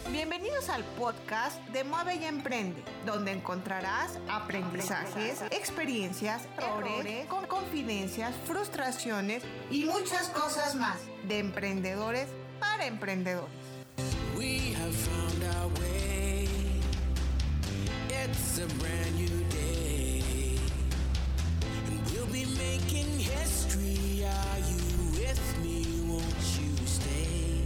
Bienvenidos al podcast de Mueve y Emprende, donde encontrarás aprendizajes, experiencias, errores, confidencias, frustraciones y muchas cosas más de emprendedores para emprendedores. We have found our way. It's a brand new day. And we'll be making history. Are you with me? Won't you stay?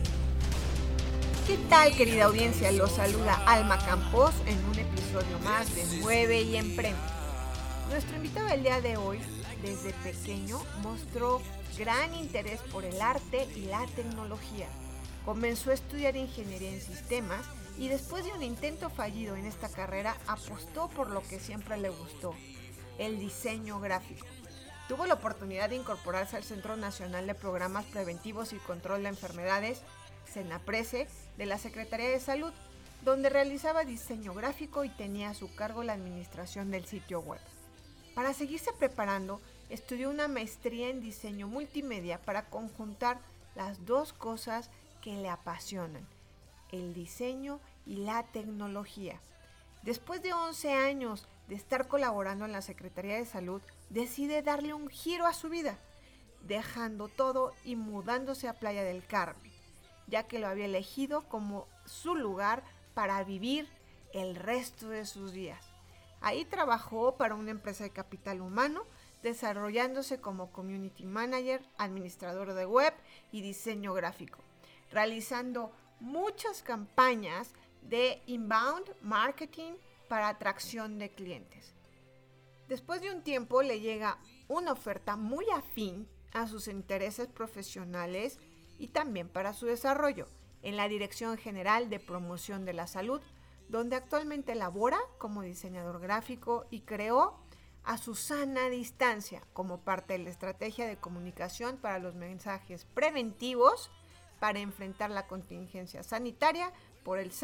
¿Qué tal, querida audiencia? Los saluda Alma Campos en un episodio más de Mueve y Emprende. Nuestro invitado del día de hoy, desde pequeño, mostró gran interés por el arte y la tecnología. Comenzó a estudiar ingeniería en sistemas y después de un intento fallido en esta carrera, apostó por lo que siempre le gustó, el diseño gráfico. Tuvo la oportunidad de incorporarse al Centro Nacional de Programas Preventivos y Control de Enfermedades, CENAPRESE, de la Secretaría de Salud, donde realizaba diseño gráfico y tenía a su cargo la administración del sitio web. Para seguirse preparando, estudió una maestría en diseño multimedia para conjuntar las dos cosas que le apasionan, el diseño y la tecnología. Después de 11 años de estar colaborando en la Secretaría de Salud, decide darle un giro a su vida, dejando todo y mudándose a Playa del Carmen, ya que lo había elegido como su lugar para vivir el resto de sus días. Ahí trabajó para una empresa de capital humano, desarrollándose como community manager, administrador de web y diseño gráfico, realizando muchas campañas de inbound marketing para atracción de clientes. Después de un tiempo le llega una oferta muy afín a sus intereses profesionales y también para su desarrollo en la Dirección General de Promoción de la Salud, donde actualmente labora como diseñador gráfico y creó a Susana Distancia como parte de la estrategia de comunicación para los mensajes preventivos para enfrentar la contingencia sanitaria por el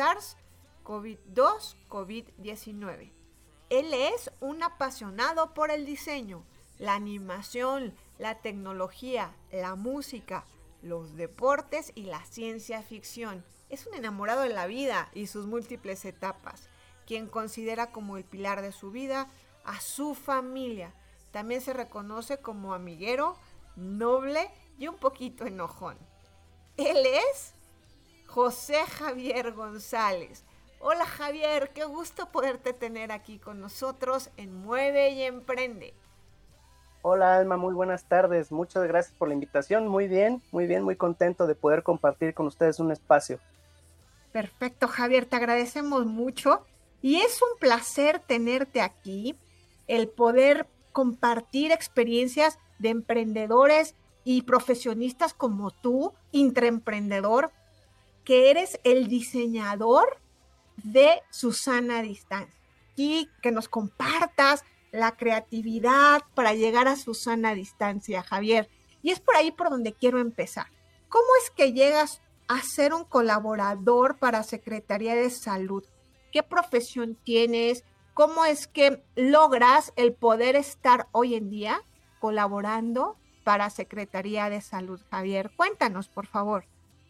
SARS-CoV-2, COVID-19. Él es un apasionado por el diseño, la animación, la tecnología, la música, los deportes y la ciencia ficción. Es un enamorado de la vida y sus múltiples etapas, quien considera como el pilar de su vida a su familia. También se reconoce como amiguero, noble y un poquito enojón. Él es José Javier González. Hola Javier, qué gusto poderte tener aquí con nosotros en Mueve y Emprende. Hola Alma, muy buenas tardes. Muchas gracias por la invitación. Muy bien, muy contento de poder compartir con ustedes un espacio. Perfecto, Javier, te agradecemos mucho y es un placer tenerte aquí, el poder compartir experiencias de emprendedores y profesionistas como tú, intraemprendedor, que eres el diseñador de Susana Distancia. Y que nos compartas la creatividad para llegar a Susana Distancia, Javier. Y es por ahí por donde quiero empezar. ¿Cómo es que llegas a ser un colaborador para Secretaría de Salud? ¿Qué profesión tienes? ¿Cómo es que logras el poder estar hoy en día colaborando para Secretaría de Salud, Javier? Cuéntanos, por favor.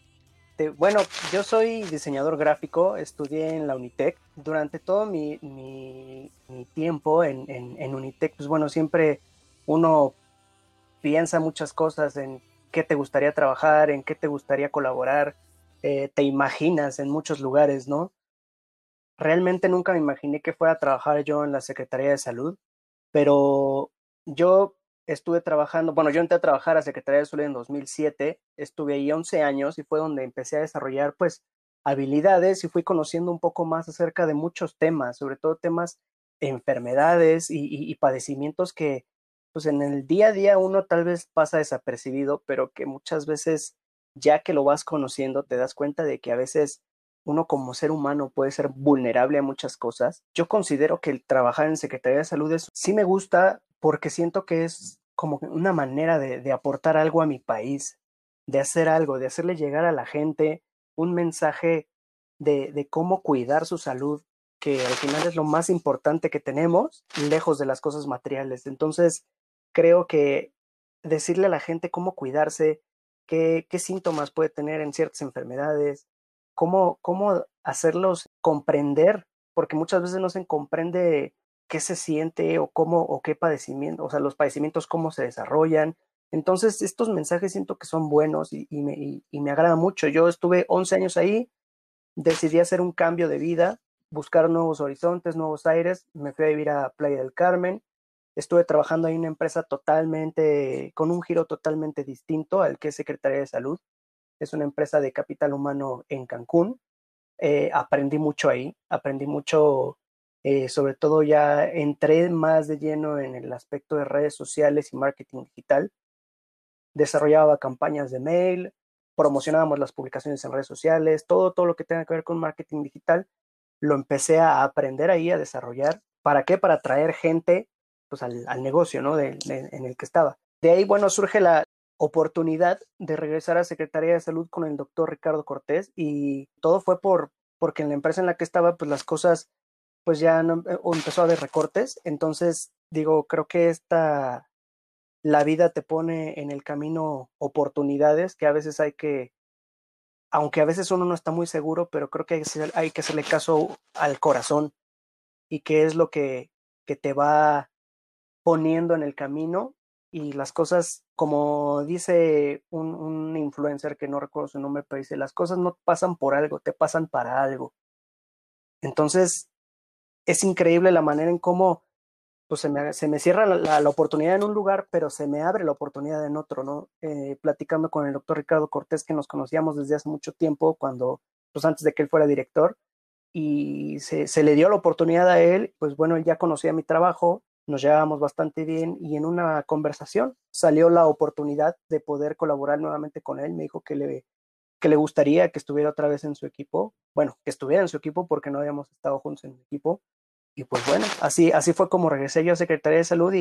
Bueno, yo soy diseñador gráfico, estudié en la Unitec. Durante todo mi tiempo en Unitec, pues bueno, siempre uno piensa muchas cosas en qué te gustaría trabajar, en qué te gustaría colaborar, te imaginas en muchos lugares, ¿no? Realmente nunca me imaginé que fuera a trabajar yo en la Secretaría de Salud, pero yo estuve trabajando, bueno, yo entré a trabajar a Secretaría de Salud en 2007, estuve ahí 11 años y fue donde empecé a desarrollar pues habilidades y fui conociendo un poco más acerca de muchos temas, sobre todo temas de enfermedades y padecimientos que pues en el día a día uno tal vez pasa desapercibido, pero que muchas veces ya que lo vas conociendo te das cuenta de que a veces uno como ser humano puede ser vulnerable a muchas cosas. Yo considero que el trabajar en Secretaría de Salud sí me gusta porque siento que es como una manera de aportar algo a mi país, de hacer algo, de hacerle llegar a la gente un mensaje de cómo cuidar su salud, que al final es lo más importante que tenemos, lejos de las cosas materiales. Entonces, creo que decirle a la gente cómo cuidarse, qué síntomas puede tener en ciertas enfermedades, cómo hacerlos comprender, porque muchas veces no se comprende qué se siente o qué padecimiento, o sea, los padecimientos cómo se desarrollan. Entonces, estos mensajes siento que son buenos y me agrada mucho. Yo estuve 11 años ahí, decidí hacer un cambio de vida, buscar nuevos horizontes, nuevos aires. Me fui a vivir a Playa del Carmen. Estuve trabajando ahí en una empresa con un giro totalmente distinto al que es Secretaría de Salud. Es una empresa de capital humano en Cancún. Aprendí mucho ahí, aprendí mucho, sobre todo ya entré más de lleno en el aspecto de redes sociales y marketing digital. Desarrollaba campañas de mail, promocionábamos las publicaciones en redes sociales, todo lo que tenga que ver con marketing digital, lo empecé a aprender ahí, a desarrollar. ¿Para qué? Para atraer gente pues, al negocio, ¿no? En el que estaba. De ahí, bueno, surge la oportunidad de regresar a Secretaría de Salud con el doctor Ricardo Cortés y todo fue porque en la empresa en la que estaba, pues las cosas, pues ya no, empezó a haber recortes. Entonces, digo, creo que la vida te pone en el camino oportunidades que a veces aunque a veces uno no está muy seguro, pero creo que hay que hacerle caso al corazón y qué es lo que te va poniendo en el camino y las cosas, como dice un influencer que no recuerdo su nombre, pero dice, las cosas no pasan por algo, te pasan para algo. Entonces, es increíble la manera en cómo pues se me cierra la oportunidad en un lugar, pero se me abre la oportunidad en otro, ¿no? Platicando con el doctor Ricardo Cortés, que nos conocíamos desde hace mucho tiempo, pues antes de que él fuera director, y se le dio la oportunidad a él, pues bueno, él ya conocía mi trabajo, nos llevábamos bastante bien, y en una conversación salió la oportunidad de poder colaborar nuevamente con él. Me dijo que le gustaría que estuviera otra vez en su equipo, bueno, que estuviera en su equipo porque no habíamos estado juntos en el equipo. Y pues bueno, así fue como regresé yo a Secretaría de Salud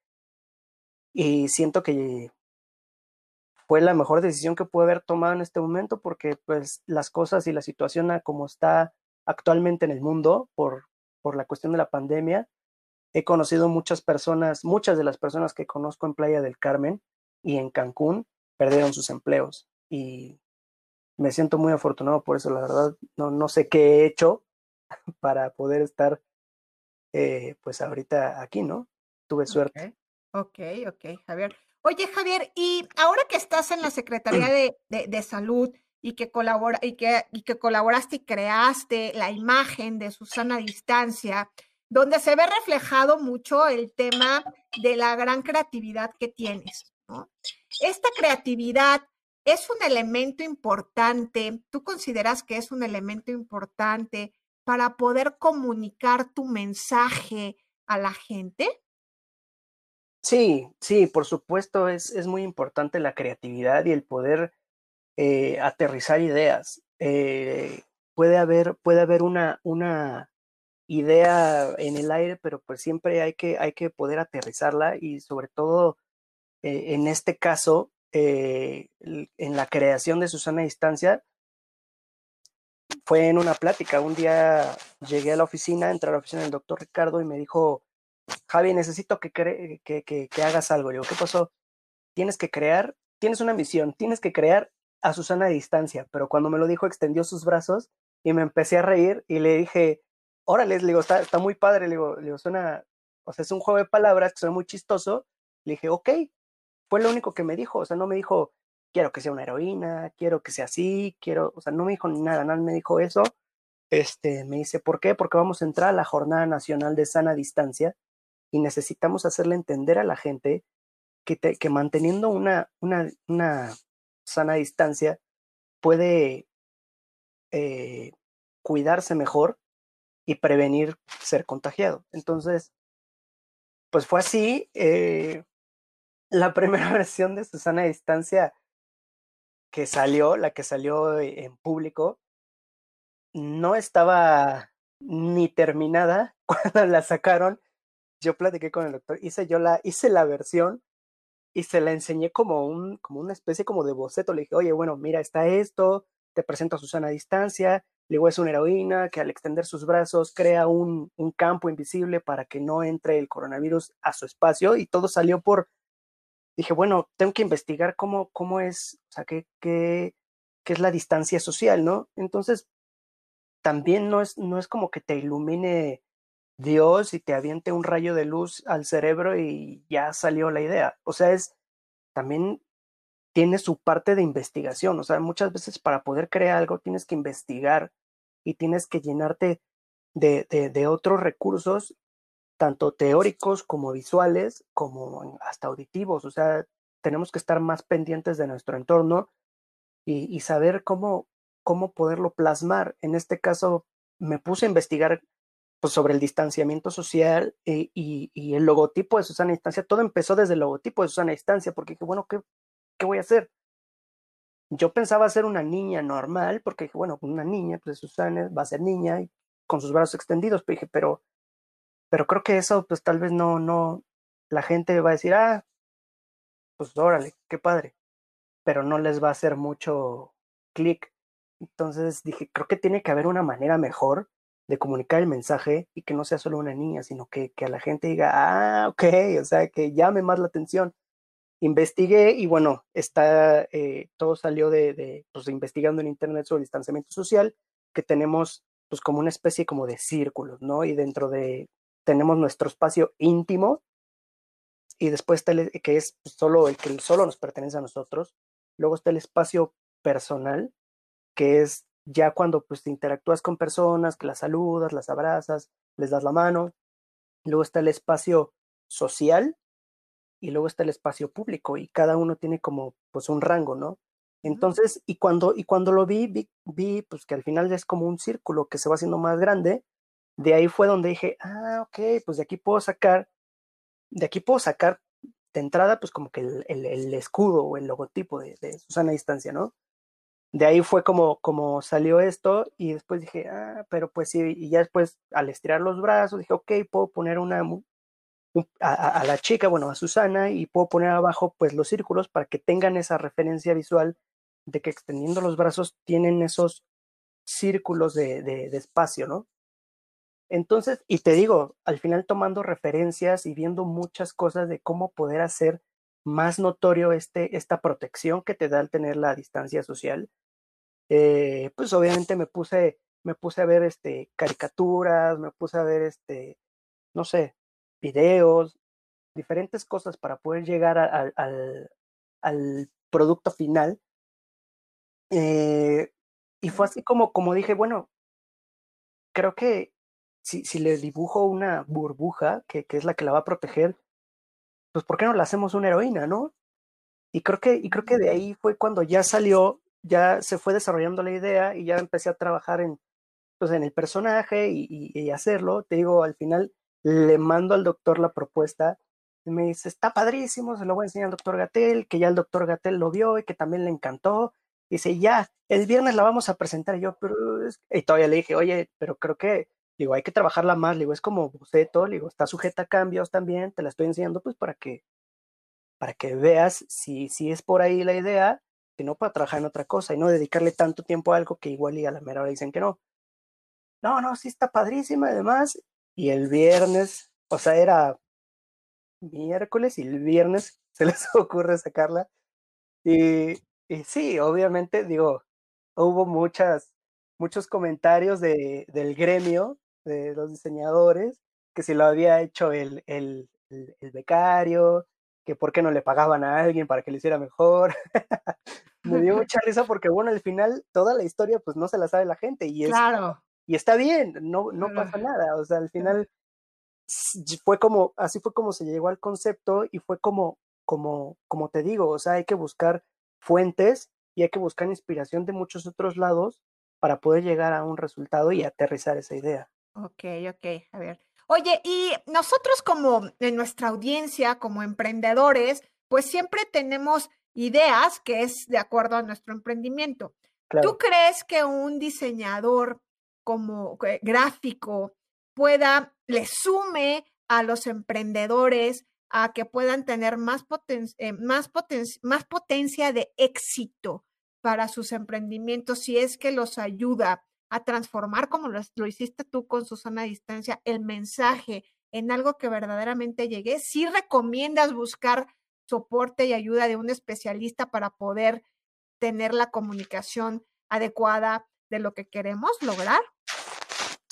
y siento que fue la mejor decisión que pude haber tomado en este momento porque pues las cosas y la situación a como está actualmente en el mundo por la cuestión de la pandemia, he conocido muchas de las personas que conozco en Playa del Carmen y en Cancún perdieron sus empleos y me siento muy afortunado por eso, la verdad, no sé qué he hecho para poder estar pues ahorita aquí, ¿no? Tuve suerte. Ok, Javier. Oye, Javier, y ahora que estás en la Secretaría de Salud y que colaboraste y creaste la imagen de Susana Distancia, donde se ve reflejado mucho el tema de la gran creatividad que tienes, ¿no? Esta creatividad es un elemento importante. ¿Tú consideras que es un elemento importante para poder comunicar tu mensaje a la gente? Sí, por supuesto, es muy importante la creatividad y el poder aterrizar ideas. Puede haber una idea en el aire, pero pues siempre hay que poder aterrizarla y sobre todo en este caso, en la creación de Susana Distancia, fue en una plática. Un día llegué a la oficina, entré a la oficina del doctor Ricardo y me dijo, Javi, necesito que hagas algo. Le digo, ¿qué pasó? Tienes una misión, tienes que crear a Susana a distancia. Pero cuando me lo dijo, extendió sus brazos y me empecé a reír y le dije, órale, le digo, está muy padre, le digo, suena, o sea, es un juego de palabras que suena muy chistoso. Le dije, ok, fue lo único que me dijo, o sea, no me dijo, quiero que sea una heroína, quiero que sea así, o sea, no me dijo nada me dijo eso. Me dice, ¿por qué? Porque vamos a entrar a la Jornada Nacional de Sana Distancia y necesitamos hacerle entender a la gente que manteniendo una sana distancia puede cuidarse mejor y prevenir ser contagiado. Entonces, pues fue así. La primera versión de Susana Distancia la que salió en público, no estaba ni terminada cuando la sacaron. Yo platiqué con el doctor, hice la versión y se la enseñé como una especie como de boceto. Le dije, oye, bueno, mira, está esto, te presento a Susana a distancia. Le digo, es una heroína que al extender sus brazos crea un campo invisible para que no entre el coronavirus a su espacio y todo salió dije, bueno, tengo que investigar cómo es, o sea, qué es la distancia social, ¿no? Entonces, también no es como que te ilumine Dios y te aviente un rayo de luz al cerebro y ya salió la idea. O sea, también tiene su parte de investigación. O sea, muchas veces para poder crear algo tienes que investigar y tienes que llenarte de otros recursos, tanto teóricos como visuales, como hasta auditivos. O sea, tenemos que estar más pendientes de nuestro entorno y saber cómo poderlo plasmar. En este caso, me puse a investigar pues, sobre el distanciamiento social y el logotipo de Susana Distancia. Todo empezó desde el logotipo de Susana Distancia, porque dije, bueno, ¿qué voy a hacer? Yo pensaba ser una niña normal, porque dije, bueno, una niña, pues Susana va a ser niña y con sus brazos extendidos, pero dije, pero creo que eso, pues tal vez no, la gente va a decir, pues órale, qué padre, pero no les va a hacer mucho clic. Entonces dije, creo que tiene que haber una manera mejor de comunicar el mensaje y que no sea solo una niña, sino que a la gente diga, ok, o sea, que llame más la atención. Investigué y bueno, todo salió pues, investigando en internet sobre distanciamiento social, que tenemos pues como una especie como de círculos, ¿no? Y tenemos nuestro espacio íntimo y después está que es solo el que solo nos pertenece a nosotros. Luego está el espacio personal, que es ya cuando pues interactúas con personas, que las saludas, las abrazas, les das la mano. Luego está el espacio social y luego está el espacio público y cada uno tiene como pues un rango, ¿no? Entonces, y cuando lo vi pues que al final es como un círculo que se va haciendo más grande. De ahí fue donde dije, ok, pues de aquí puedo sacar de entrada pues como que el escudo o el logotipo de Susana Distancia, ¿no? De ahí fue como salió esto y después dije, pero pues sí, y ya después al estirar los brazos dije, ok, puedo poner a la chica, bueno, a Susana, y puedo poner abajo pues los círculos para que tengan esa referencia visual de que extendiendo los brazos tienen esos círculos de espacio, ¿no? Entonces, y te digo, al final tomando referencias y viendo muchas cosas de cómo poder hacer más notorio esta protección que te da al tener la distancia social, pues obviamente me puse a ver caricaturas, me puse a ver no sé, videos, diferentes cosas para poder llegar al producto final. Y fue así como dije, bueno, creo que si le dibujo una burbuja, que es la que la va a proteger, pues ¿por qué no la hacemos una heroína, no? Y creo que de ahí fue cuando ya salió, ya se fue desarrollando la idea y ya empecé a trabajar pues, en el personaje y hacerlo. Te digo, al final le mando al doctor la propuesta y me dice, está padrísimo, se lo voy a enseñar al doctor Gatell, que ya el doctor Gatell lo vio y que también le encantó. Dice, ya, el viernes la vamos a presentar. Y yo, y todavía le dije, oye, pero creo que, digo, hay que trabajarla más. Le digo, es como boceto, le digo, está sujeta a cambios también, te la estoy enseñando pues para que veas si es por ahí la idea, que no para trabajar en otra cosa y no dedicarle tanto tiempo a algo que igual y a la mera hora dicen que no. No, sí está padrísima además. Y el viernes, o sea, era miércoles y el viernes se les ocurre sacarla. Y, y sí, obviamente, digo, hubo muchos comentarios del gremio, de los diseñadores, que si lo había hecho el becario, que por qué no le pagaban a alguien para que lo hiciera mejor. Me dio mucha risa porque, bueno, al final toda la historia pues no se la sabe la gente Claro. y está bien, no pasa nada, o sea, al final así fue como se llegó al concepto y fue como te digo, o sea, hay que buscar fuentes y hay que buscar inspiración de muchos otros lados para poder llegar a un resultado y aterrizar esa idea. Ok, a ver. Oye, y nosotros como en nuestra audiencia, como emprendedores, pues siempre tenemos ideas que es de acuerdo a nuestro emprendimiento. ¿Tú Claro. crees que un diseñador como gráfico le sume a los emprendedores a que puedan tener más potencia de éxito para sus emprendimientos si es que los ayuda a transformar, como lo hiciste tú con Susana Distancia, el mensaje en algo que verdaderamente llegue? ¿Sí recomiendas buscar soporte y ayuda de un especialista para poder tener la comunicación adecuada de lo que queremos lograr?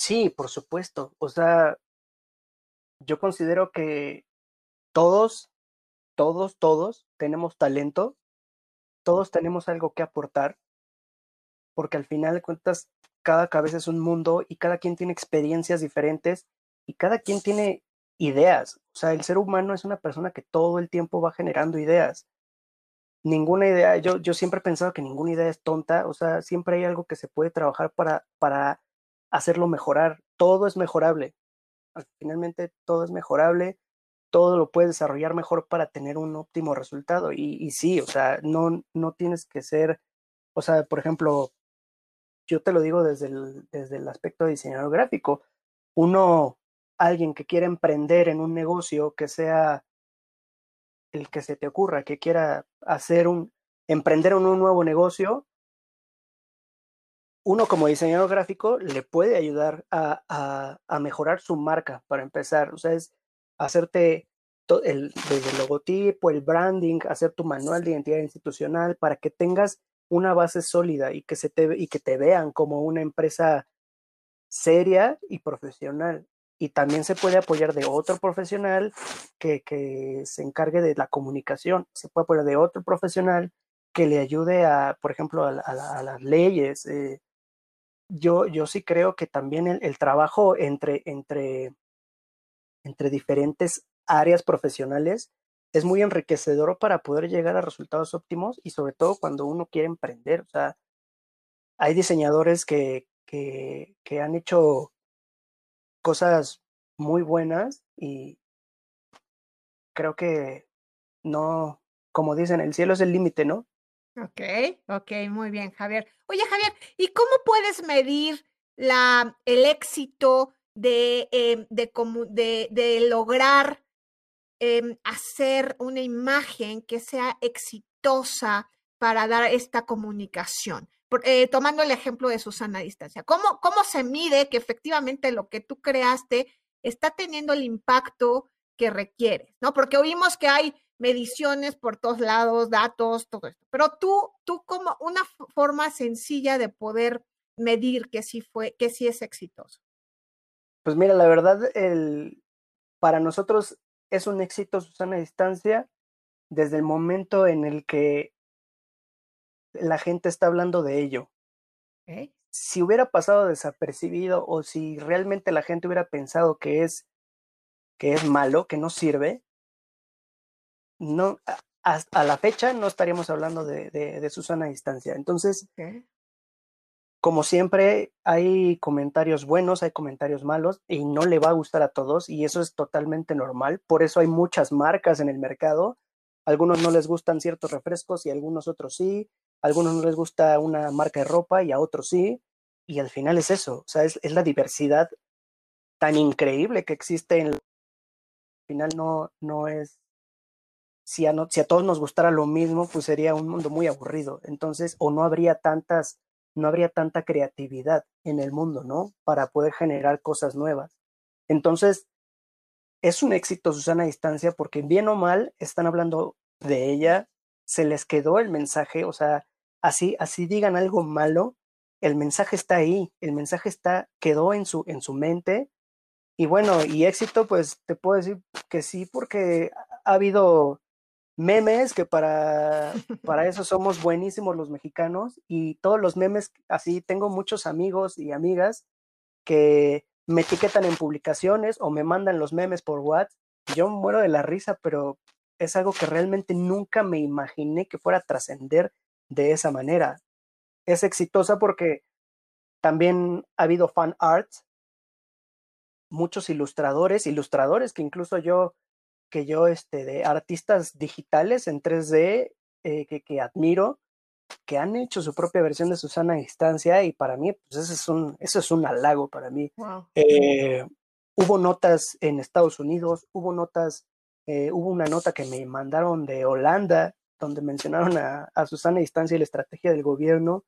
Sí, por supuesto. O sea, yo considero que todos, todos tenemos talento, todos tenemos algo que aportar, porque al final de cuentas, cada cabeza es un mundo y cada quien tiene experiencias diferentes y cada quien tiene ideas. O sea, el ser humano es una persona que todo el tiempo va generando ideas. Ninguna idea, yo siempre he pensado que ninguna idea es tonta, o sea, siempre hay algo que se puede trabajar para hacerlo mejorar. Todo es mejorable. Finalmente todo es mejorable, todo lo puedes desarrollar mejor para tener un óptimo resultado. Y sí, o sea, no tienes que ser, o sea, por ejemplo, yo te lo digo desde el aspecto de diseñador gráfico. Uno, alguien que quiera emprender en un negocio que sea el que se te ocurra, que quiera emprender en un nuevo negocio, uno como diseñador gráfico le puede ayudar a mejorar su marca para empezar. O sea, es hacerte desde el logotipo, el branding, hacer tu manual de identidad institucional para que tengas una base sólida y que te vean como una empresa seria y profesional. Y también se puede apoyar de otro profesional que se encargue de la comunicación. Se puede apoyar de otro profesional que le ayude a, por ejemplo, a las leyes. Yo sí creo que también el trabajo entre diferentes áreas profesionales es muy enriquecedor para poder llegar a resultados óptimos y sobre todo cuando uno quiere emprender. O sea, hay diseñadores que han hecho cosas muy buenas y creo que no, como dicen, el cielo es el límite, ¿no? Ok, ok, muy bien, Javier. Oye, Javier, ¿y cómo puedes medir el éxito de lograr hacer una imagen que sea exitosa para dar esta comunicación? Tomando el ejemplo de Susana a Distancia, ¿cómo se mide que efectivamente lo que tú creaste está teniendo el impacto que requieres? ¿No? Porque oímos que hay mediciones por todos lados, datos, todo esto. Pero tú como una forma sencilla de poder medir que sí es exitoso. Pues mira, la verdad, para nosotros es un éxito Susana a Distancia desde el momento en el que la gente está hablando de ello. ¿Okay? Si hubiera pasado desapercibido o si realmente la gente hubiera pensado que es malo, que no sirve, no, a la fecha no estaríamos hablando de Susana a Distancia. Entonces, Okay. como siempre, hay comentarios buenos, hay comentarios malos y no le va a gustar a todos y eso es totalmente normal. Por eso hay muchas marcas en el mercado. Algunos no les gustan ciertos refrescos y algunos otros sí. A algunos no les gusta una marca de ropa y a otros sí. Y al final es eso, o sea, es la diversidad tan increíble que existe en... Al final no es... Si a todos nos gustara lo mismo, pues sería un mundo muy aburrido. Entonces, o no habría tanta creatividad en el mundo, ¿no? Para poder generar cosas nuevas. Entonces, es un éxito Susana a Distancia porque bien o mal están hablando de ella, se les quedó el mensaje, o sea, así digan algo malo, el mensaje está ahí, el mensaje quedó en su mente. Y bueno, y éxito, pues te puedo decir que sí, porque ha habido memes que para eso somos buenísimos los mexicanos y todos los memes, así tengo muchos amigos y amigas que me etiquetan en publicaciones o me mandan los memes por WhatsApp. Yo muero de la risa, pero es algo que realmente nunca me imaginé que fuera a trascender de esa manera. Es exitosa porque también ha habido fan arts, muchos ilustradores que incluso de artistas digitales en 3D que admiro, que han hecho su propia versión de Susana a Distancia y para mí, pues eso es un halago para mí. Wow. Eh, hubo notas en Estados Unidos, hubo una nota que me mandaron de Holanda, donde mencionaron a Susana a Distancia y la estrategia del gobierno.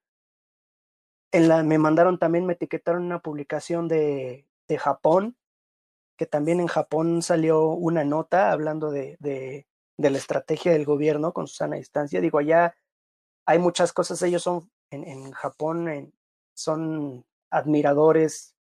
Me mandaron también, me etiquetaron una publicación de Japón, que también en Japón salió una nota hablando de la estrategia del gobierno con Susana a Distancia. Digo, allá hay muchas cosas, ellos son en Japón, son admiradores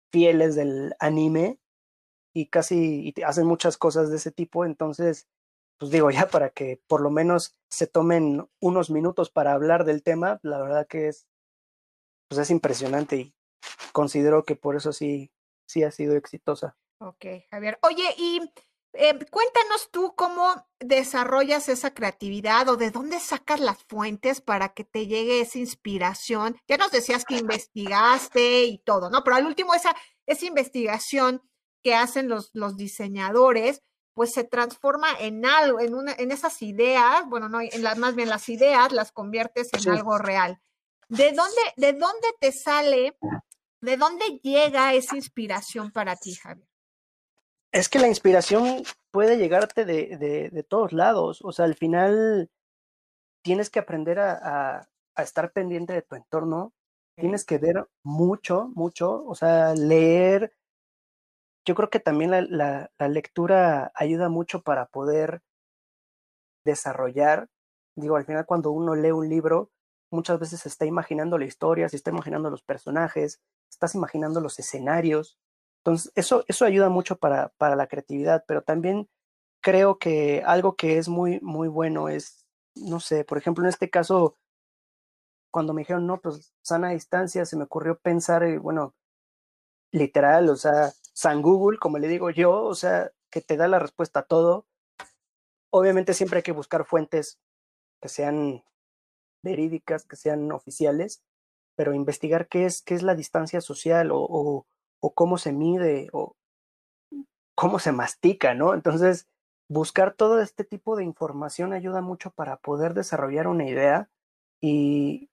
fieles del anime y hacen muchas cosas de ese tipo, entonces, pues digo, ya para que por lo menos se tomen unos minutos para hablar del tema, la verdad que pues es impresionante y considero que por eso sí ha sido exitosa. Ok, Javier. Oye, y cuéntanos tú cómo desarrollas esa creatividad o de dónde sacas las fuentes para que te llegue esa inspiración. Ya nos decías que investigaste y todo, ¿no? Pero al último, esa investigación que hacen los diseñadores, pues se transforma en algo, en esas ideas, bueno, no, más bien las ideas las conviertes en Sí, algo real. ¿De dónde te sale, de dónde llega esa inspiración para ti, Javier? es que la inspiración puede llegarte de todos lados, o sea, al final tienes que aprender a estar pendiente de tu entorno, Ok. tienes que ver mucho, mucho, o sea, leer. Yo creo que también la lectura ayuda mucho para poder desarrollar. Digo, al final cuando uno lee un libro, muchas veces se está imaginando la historia, se está imaginando los personajes, estás imaginando los escenarios. Entonces, eso ayuda mucho para la creatividad, pero también creo que algo que es muy, muy bueno es, no sé, por ejemplo, en este caso, cuando me dijeron, no, pues sana distancia, se me ocurrió pensar, bueno, literal, o sea, San Google, como le digo yo, o sea, que te da la respuesta a todo. Obviamente siempre hay que buscar fuentes que sean verídicas, que sean oficiales, pero investigar qué es la distancia social o cómo se mide o cómo se mastica, ¿no? Entonces, buscar todo este tipo de información ayuda mucho para poder desarrollar una idea y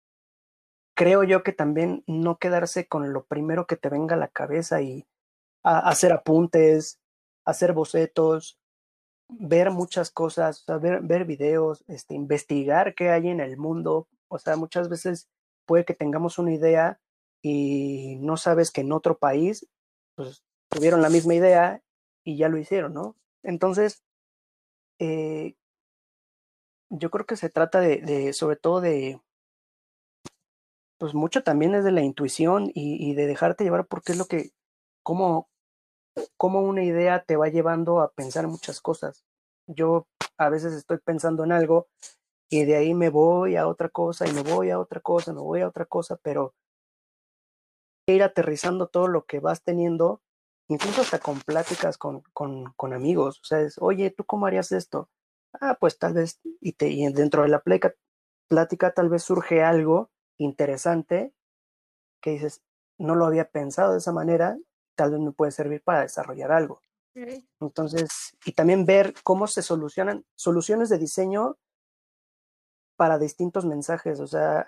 creo yo que también no quedarse con lo primero que te venga a la cabeza y hacer apuntes, hacer bocetos, ver muchas cosas, o sea, ver videos, investigar qué hay en el mundo. O sea, muchas veces puede que tengamos una idea y no sabes que en otro país pues, tuvieron la misma idea y ya lo hicieron, ¿no? Entonces, eh, yo creo que se trata sobre todo pues mucho también es de la intuición y de dejarte llevar porque es lo que, cómo, cómo una idea te va llevando a pensar muchas cosas. Yo a veces estoy pensando en algo y de ahí me voy a otra cosa y me voy a otra cosa, me voy a otra cosa, pero ir aterrizando todo lo que vas teniendo, incluso hasta con pláticas con amigos, o sea, es, oye, ¿tú cómo harías esto? Ah, pues tal vez, y dentro de la plática tal vez surge algo interesante que dices, no lo había pensado de esa manera, tal vez me puede servir para desarrollar algo. Ok. Entonces, y también ver cómo se solucionan soluciones de diseño para distintos mensajes, o sea,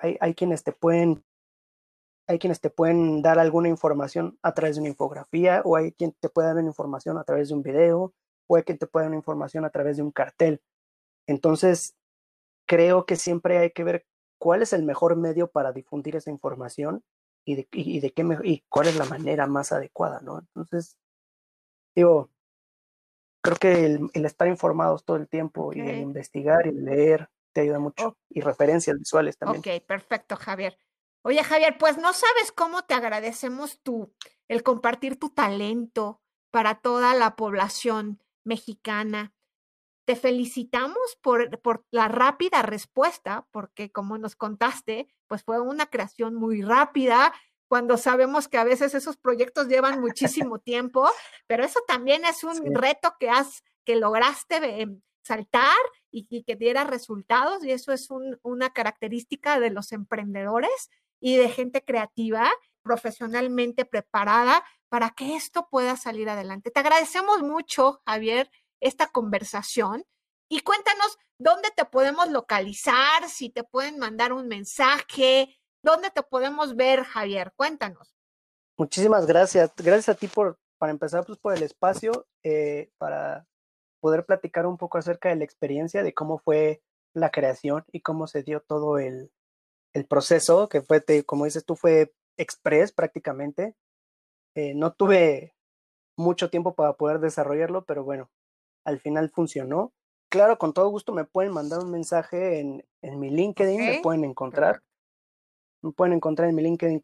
hay quienes te pueden dar alguna información a través de una infografía, o hay quien te puede dar una información a través de un video, o hay quien te puede dar una información a través de un cartel. Entonces, creo que siempre hay que ver cuál es el mejor medio para difundir esa información y cuál es la manera más adecuada, ¿no? Entonces, digo, creo que el estar informados todo el tiempo y el Ok. investigar y el leer te ayuda mucho. O- Y referencias visuales también. ok, perfecto, Javier. Oye, Javier, pues no sabes cómo te agradecemos el compartir tu talento para toda la población mexicana. Te felicitamos por la rápida respuesta, porque como nos contaste, pues fue una creación muy rápida, cuando sabemos que a veces esos proyectos llevan muchísimo tiempo, pero eso también es un Sí, reto que lograste saltar y que diera resultados, y eso es una característica de los emprendedores y de gente creativa, profesionalmente preparada para que esto pueda salir adelante. Te agradecemos mucho, Javier, esta conversación y cuéntanos dónde te podemos localizar, si te pueden mandar un mensaje, dónde te podemos ver, Javier. Cuéntanos. muchísimas gracias. Gracias a ti para empezar, pues por el espacio, para poder platicar un poco acerca de la experiencia, de cómo fue la creación y cómo se dio todo el proceso, que fue, como dices tú, fue express prácticamente. No tuve mucho tiempo para poder desarrollarlo, pero bueno, al final funcionó. Claro, con todo gusto me pueden mandar un mensaje en mi LinkedIn, Ok, me pueden encontrar. perfecto. Me pueden encontrar en mi LinkedIn como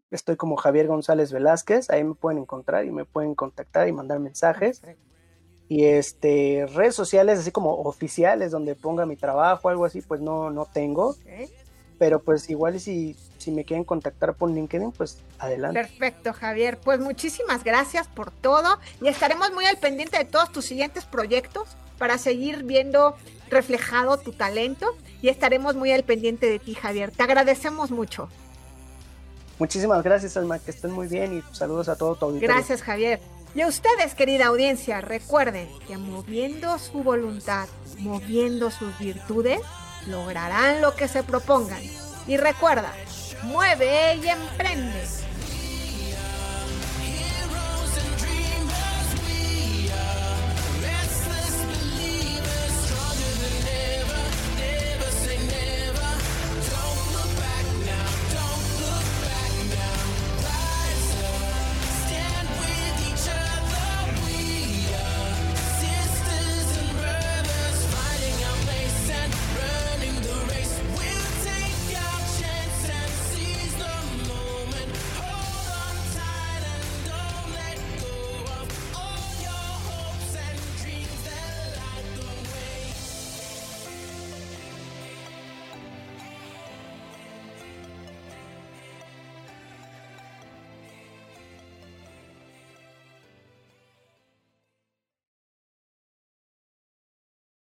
estoy como Javier González Velázquez, ahí me pueden encontrar y me pueden contactar y mandar mensajes. Perfecto. Y redes sociales así como oficiales donde ponga mi trabajo, algo así, pues no tengo. Ok. Pero pues igual y si me quieren contactar por LinkedIn, pues adelante. Perfecto, Javier. Pues muchísimas gracias por todo y estaremos muy al pendiente de todos tus siguientes proyectos para seguir viendo reflejado tu talento y estaremos muy al pendiente de ti, Javier. Te agradecemos mucho. Muchísimas gracias, Alma, que estén muy bien y saludos a todo tu auditorio. Gracias, Javier. Y a ustedes, querida audiencia, recuerden que moviendo su voluntad, moviendo sus virtudes, lograrán lo que se propongan. Y recuerda, mueve y emprende.